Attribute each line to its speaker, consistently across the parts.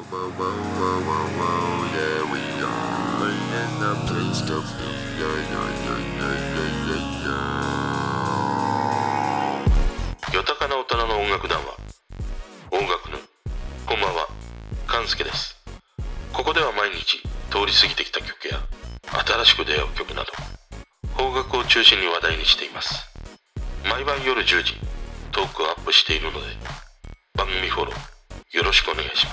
Speaker 1: Whoa, whoa, whoa, whoa, whoa, yeah, we are in the place of豊かな大人の音楽談話音楽のこんばんは、勘介です。ここでは毎日通り過ぎてきた曲や新しく出会う曲など邦楽を中心に話題にしています。毎晩夜10時トークをアップしているので番組フォローよろしくお願いします。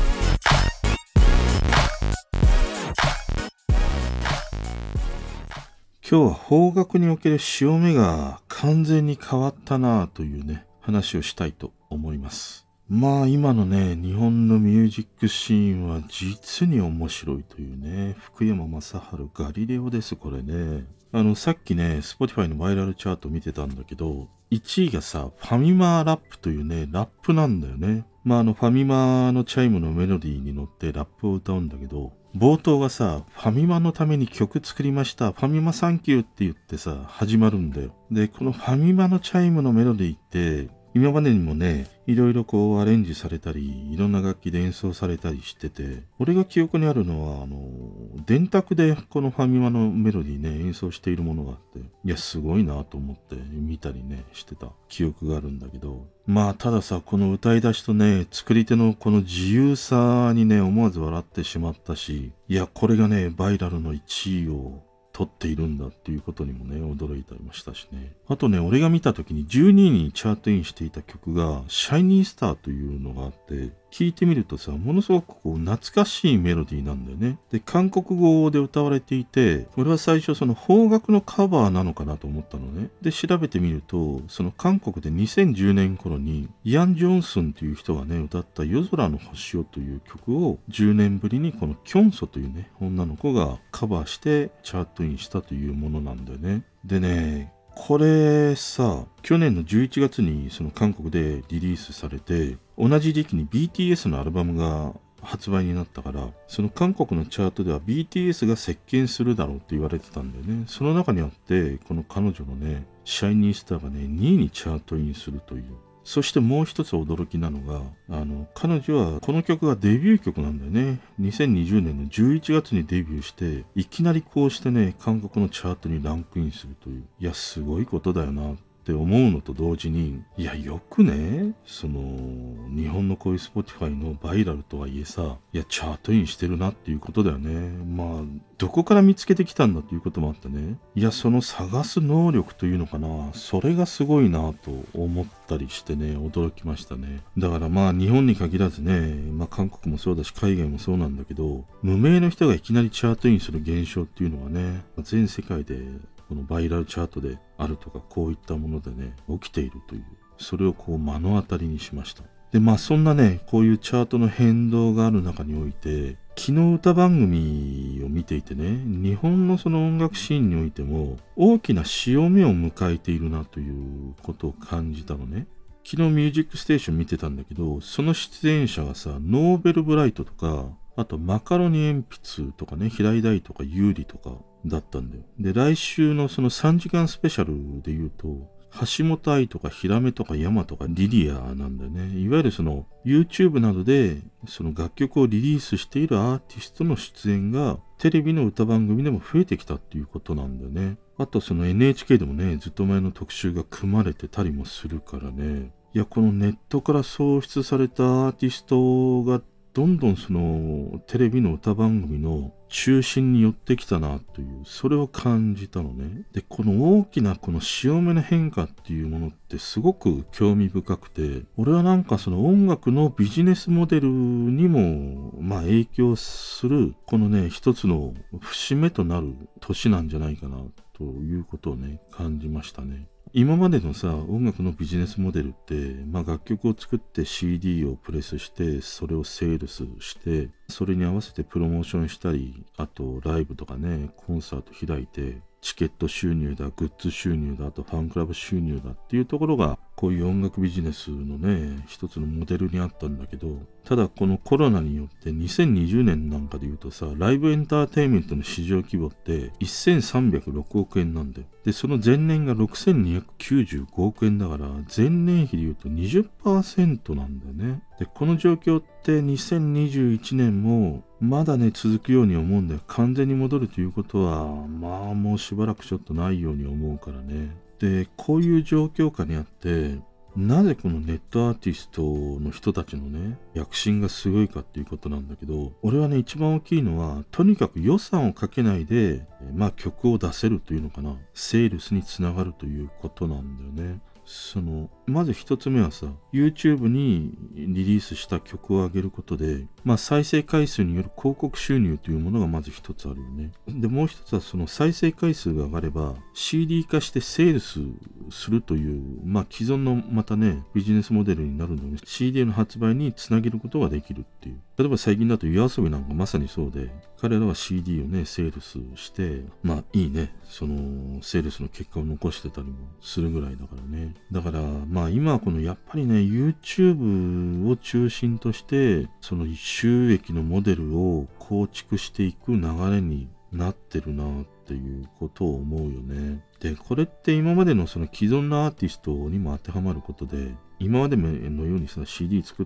Speaker 2: 今日は邦楽における潮目が完全に変わったなというね話をしたいと思います。まあ今のね日本のミュージックシーンは実に面白いというね、福山雅治ガリレオです。これねさっきね Spotify のバイラルチャート見てたんだけど、1位がさファミマラップというねラップなんだよね。ファミマのチャイムのメロディーに乗ってラップを歌うんだけど、冒頭がさファミマのために曲作りました、ファミマサンキューって言ってさ始まるんだよ。でこのファミマのチャイムのメロディーって今までにもねいろいろこうアレンジされたりいろんな楽器で演奏されたりしてて、俺が記憶にあるのは電卓でこのファミマのメロディーね演奏しているものがあって、いやすごいなと思って見たりねしてた記憶があるんだけど、まあたださこの歌い出しとね作り手のこの自由さにね思わず笑ってしまったし、いやこれがねバイラルの1位を取っているんだっていうことにもね驚いたりもしたしね。あとね俺が見た時に12位にチャートインしていた曲がシャイニースターというのがあって、聞いてみるとさものすごくこう懐かしいメロディーなんだよね。で韓国語で歌われていて、俺は最初その邦楽のカバーなのかなと思ったのね。で調べてみるとその韓国で2010年頃にイアン・ジョンスンという人がね歌った夜空の星をという曲を10年ぶりにこのキョンソというね女の子がカバーしてチャートインしたというものなんだよね。でねこれさ去年の11月にその韓国でリリースされて、同じ時期に BTS のアルバムが発売になったから、その韓国のチャートでは BTS が席巻するだろうって言われてたんだよね。その中にあってこの彼女のねシャイニースターがね2位にチャートインするという。そしてもう一つ驚きなのが彼女はこの曲がデビュー曲なんだよね。2020年の11月にデビューしていきなりこうしてね韓国のチャートにランクインするという、いやすごいことだよなって思うのと同時に、いやよくねその日本のこういう Spotify のバイラルとはいえさ、いやチャートインしてるなっていうことだよね。まあどこから見つけてきたんだっていうこともあってね、いやその探す能力というのかな、それがすごいなと思ったりしてね驚きましたね。だからまあ日本に限らずね、韓国もそうだし海外もそうなんだけど、無名の人がいきなりチャートインする現象っていうのはね全世界でこのバイラルチャートであるとかこういったものでね起きているという、それをこう目の当たりにしました。でそんなねこういうチャートの変動がある中において、昨日歌番組を見ていてね、日本のその音楽シーンにおいても大きな潮目を迎えているなということを感じたのね。昨日ミュージックステーション見てたんだけど、その出演者がさノーベルブライトとか、あとマカロニ鉛筆とかね、平井大とか優里とかだったんだよ。で来週のその3時間スペシャルで言うと橋本愛とかヒラメとかヤマとかリリアなんだよね。いわゆるその YouTube などでその楽曲をリリースしているアーティストの出演がテレビの歌番組でも増えてきたっていうことなんだよね。あとその NHK でもねずっと前の特集が組まれてたりもするからね。いやこのネットから創出されたアーティストがどんどんそのテレビの歌番組の中心に寄ってきたなという、それを感じたのね。でこの大きなこの潮目の変化っていうものってすごく興味深くて、俺はなんかその音楽のビジネスモデルにも影響するこのね一つの節目となる年なんじゃないかなということをね感じましたね。今までのさ音楽のビジネスモデルって、楽曲を作って CD をプレスしてそれをセールスしてそれに合わせてプロモーションしたり、あとライブとかねコンサート開いてチケット収入だ、グッズ収入だ、あとファンクラブ収入だっていうところがこういう音楽ビジネスのね、一つのモデルにあったんだけど、ただこのコロナによって2020年なんかで言うとさ、ライブエンターテインメントの市場規模って1306億円なんだよ。で、その前年が6295億円だから、前年比で言うと 20% なんだよね。で、この状況って2021年もまだね、続くように思うんだよ。完全に戻るということは、まあもうしばらくちょっとないように思うからね。で、こういう状況下にあって、なぜこのネットアーティストの人たちのね、躍進がすごいかっていうことなんだけど、俺はね、一番大きいのは、とにかく予算をかけないで、曲を出せるというのかな。セールスにつながるということなんだよね。まず一つ目はさ、YouTube にリリースした曲を上げることで、再生回数による広告収入というものがまず一つあるよね。で、もう一つはその再生回数が上がれば、CD 化してセールスするという、既存のまたね、ビジネスモデルになるので、CD の発売につなげることができるっていう。例えば最近だとYOASOBIなんかまさにそうで、彼らは CD をね、セールスして、いいね、そのセールスの結果を残してたりもするぐらいだからね。だから、今はこのやっぱりね、YouTube を中心として、その収益のモデルを構築していく流れになってるなっていうことを思うよね。で、これって今までのその既存のアーティストにも当てはまることで、今までのようにさ、CD 作って、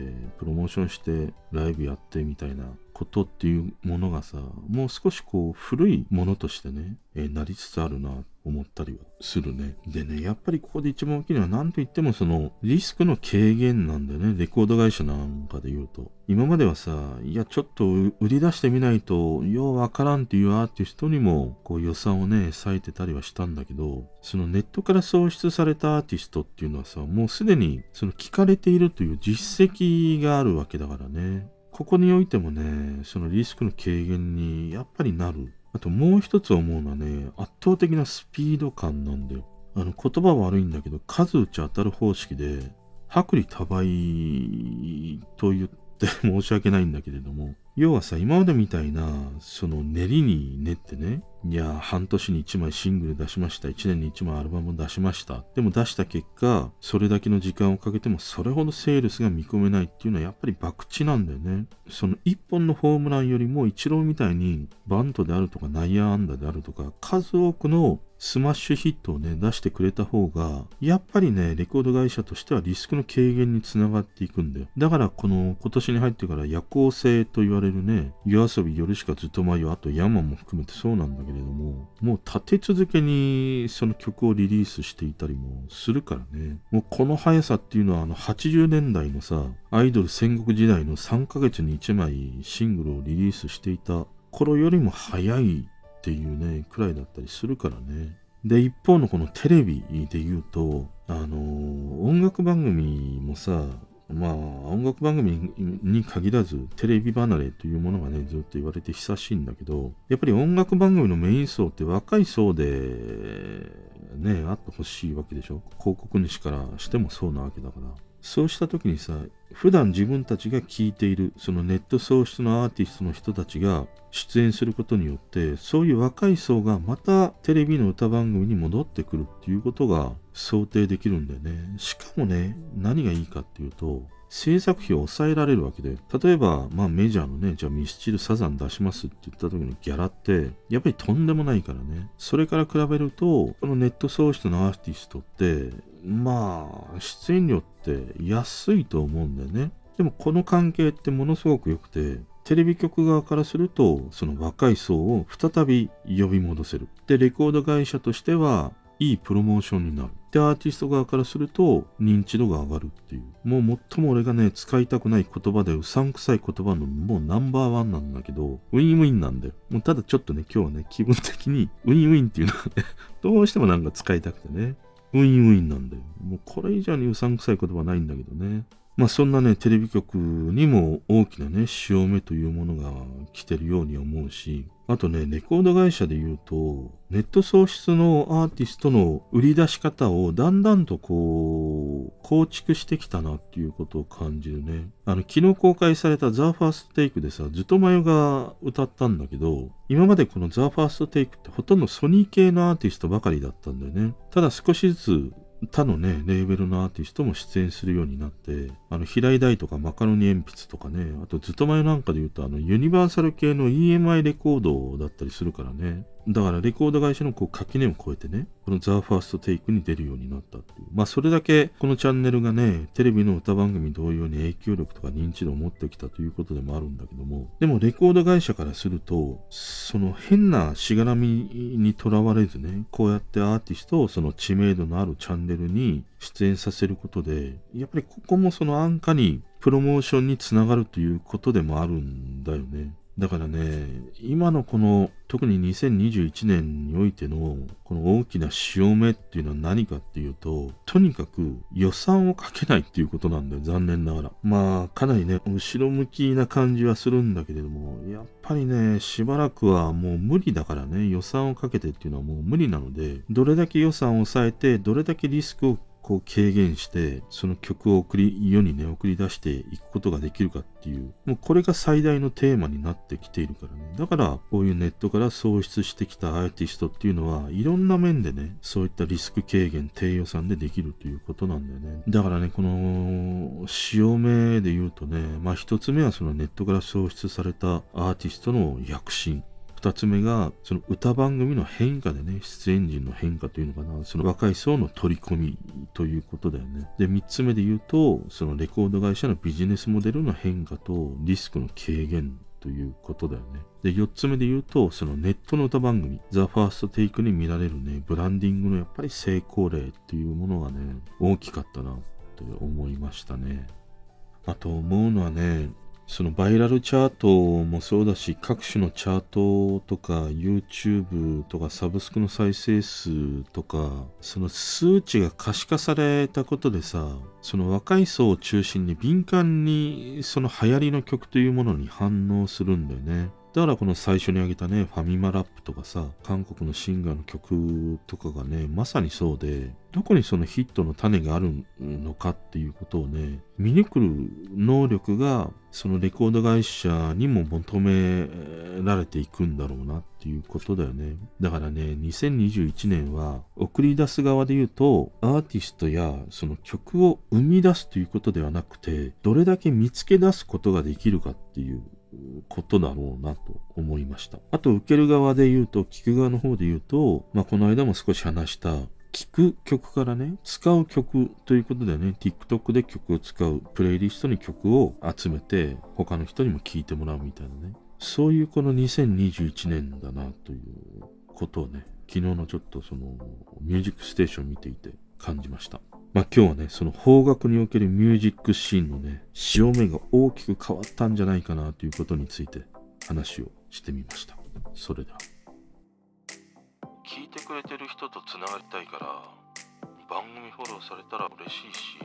Speaker 2: プロモーションして、ライブやってみたいなことっていうものがさ、もう少しこう古いものとしてね、なりつつあるなと思ったりはするね。でね、やっぱりここで一番大きいのは何と言ってもそのリスクの軽減なんだよね。レコード会社なんかで言うと。今まではさ、いやちょっと売り出してみないとようわからんっていうアーティストにもこう予算をね、割いてたりはしたんだけど、そのネットから創出されたアーティストっていうのはさ、もうすでにその聞かれているという実績があるわけだからね。ここにおいてもね、そのリスクの軽減にやっぱりなる。あともう一つ思うのはね、圧倒的なスピード感なんだよ。言葉は悪いんだけど、数打ち当たる方式で、薄利多売と言って申し訳ないんだけれども、要はさ、今までみたいな、その練りに練ってね、いや、半年に1枚シングル出しました。1年に1枚アルバム出しました。でも出した結果、それだけの時間をかけてもそれほどセールスが見込めないっていうのはやっぱり博打なんだよね。その1本のホームランよりもイチローみたいにバントであるとか内野安打であるとか、数多くのスマッシュヒットをね、出してくれた方が、やっぱりね、レコード会社としてはリスクの軽減につながっていくんだよ。だから今年に入ってから夜行性と言われるね、YOASOBI、ヨルシカ、ずっと前よ、あとヤマンも含めてそうなんだけれども、もう立て続けにその曲をリリースしていたりもするからね。もうこの速さっていうのは80年代のさ、アイドル戦国時代の3ヶ月に1枚シングルをリリースしていた頃よりも早いっていうね、くらいだったりするからね。で、一方のこのテレビで言うと、音楽番組もさ、音楽番組に限らずテレビ離れというものがね、ずっと言われて久しいんだけど、やっぱり音楽番組のメイン層って若い層でね、あってほしいわけでしょ。広告主からしてもそうなわけだから。そうした時にさ、普段自分たちが聴いているそのネット創出のアーティストの人たちが出演することによって、そういう若い層がまたテレビの歌番組に戻ってくるっていうことが想定できるんだよね。しかもね、何がいいかっていうと、制作費を抑えられるわけで、例えばメジャーのね、じゃあミスチルサザン出しますって言った時のギャラってやっぱりとんでもないからね。それから比べるとこのネット創出のアーティストって出演料って安いと思うんだよね。でもこの関係ってものすごく良くて、テレビ局側からするとその若い層を再び呼び戻せる。で、レコード会社としてはいいプロモーションになる。で、アーティスト側からすると認知度が上がるっていう。もう最も俺がね、使いたくない言葉でうさんくさい言葉のもうナンバーワンなんだけど、ウィンウィンなんだよ。もうただちょっとね、今日はね、気分的にウィンウィンっていうのはね、どうしてもなんか使いたくてね、ウィンウィンなんだよ。もうこれ以上にうさんくさい言葉ないんだけどね。そんなね、テレビ局にも大きなね、潮目というものが来てるように思うし、あとね、レコード会社で言うと、ネット創出のアーティストの売り出し方をだんだんと構築してきたなっていうことを感じるね。昨日公開されたザ・ファーストテイクでさ、ずっとまよが歌ったんだけど、今までこのザ・ファーストテイクってほとんどソニー系のアーティストばかりだったんだよね。ただ少しずつ他のね、レーベルのアーティストも出演するようになって、平井大とかマカロニ鉛筆とかね、あとずっと前なんかで言うと、ユニバーサル系の EMI レコードだったりするからね。だからレコード会社の垣根を越えてね、このザ・ファーストテイクに出るようになったっていう。まあそれだけこのチャンネルがね、テレビの歌番組同様に影響力とか認知度を持ってきたということでもあるんだけども、でもレコード会社からすると、その変なしがらみにとらわれずね、こうやってアーティストをその知名度のあるチャンネルに出演させることで、やっぱりここもその安価にプロモーションにつながるということでもあるんだよね。だからね、今のこの、特に2021年においての、この大きな潮目っていうのは何かっていうと、とにかく予算をかけないっていうことなんだよ、残念ながら。まあ、かなりね、後ろ向きな感じはするんだけれども、やっぱりね、しばらくはもう無理だからね、予算をかけてっていうのはもう無理なので、どれだけ予算を抑えて、どれだけリスクをこう軽減して、その曲を世にね、送り出していくことができるかっていう、もうこれが最大のテーマになってきているからね。だから、こういうネットから創出してきたアーティストっていうのは、いろんな面でね、そういったリスク軽減、低予算でできるということなんだよね。だからね、この、潮目で言うとね、まあ一つ目はそのネットから創出されたアーティストの躍進。二つ目が、その歌番組の変化でね、出演陣の変化というのかな、その若い層の取り込みということだよね。で、三つ目で言うと、そのレコード会社のビジネスモデルの変化とリスクの軽減ということだよね。で、四つ目で言うと、そのネットの歌番組、ザ・ファーストテイクに見られるね、ブランディングのやっぱり成功例っていうものがね、大きかったなと思いましたね。あと思うのはね、そのバイラルチャートもそうだし、各種のチャートとか YouTube とかサブスクの再生数とか、その数値が可視化されたことでさ、その若い層を中心に敏感にその流行りの曲というものに反応するんだよね。だからこの最初に挙げたね、ファミマラップとかさ、韓国のシンガーの曲とかがね、まさにそうで、どこにそのヒットの種があるのかっていうことをね、見抜く能力が、そのレコード会社にも求められていくんだろうなっていうことだよね。だからね、2021年は、送り出す側で言うと、アーティストやその曲を生み出すということではなくて、どれだけ見つけ出すことができるかっていう、ことだろうなと思いました。あと、受ける側で言うと、聞く側の方で言うと、まあ、この間も少し話した、聞く曲からね、使う曲ということでね、TikTok で曲を使う、プレイリストに曲を集めて、他の人にも聴いてもらうみたいなね。そういうこの2021年だなということをね、昨日のちょっとその、ミュージックステーション見ていて感じました。まあ今日はね、その邦楽におけるミュージックシーンのね、潮目が大きく変わったんじゃないかなということについて話をしてみました。それでは。
Speaker 1: 聞いてくれてる人とつながりたいから番組フォローされたら嬉しいし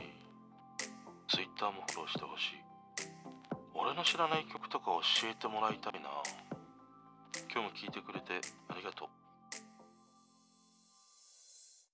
Speaker 1: Twitter もフォローしてほしい。俺の知らない曲とか教えてもらいたいな。今日も聞いてくれて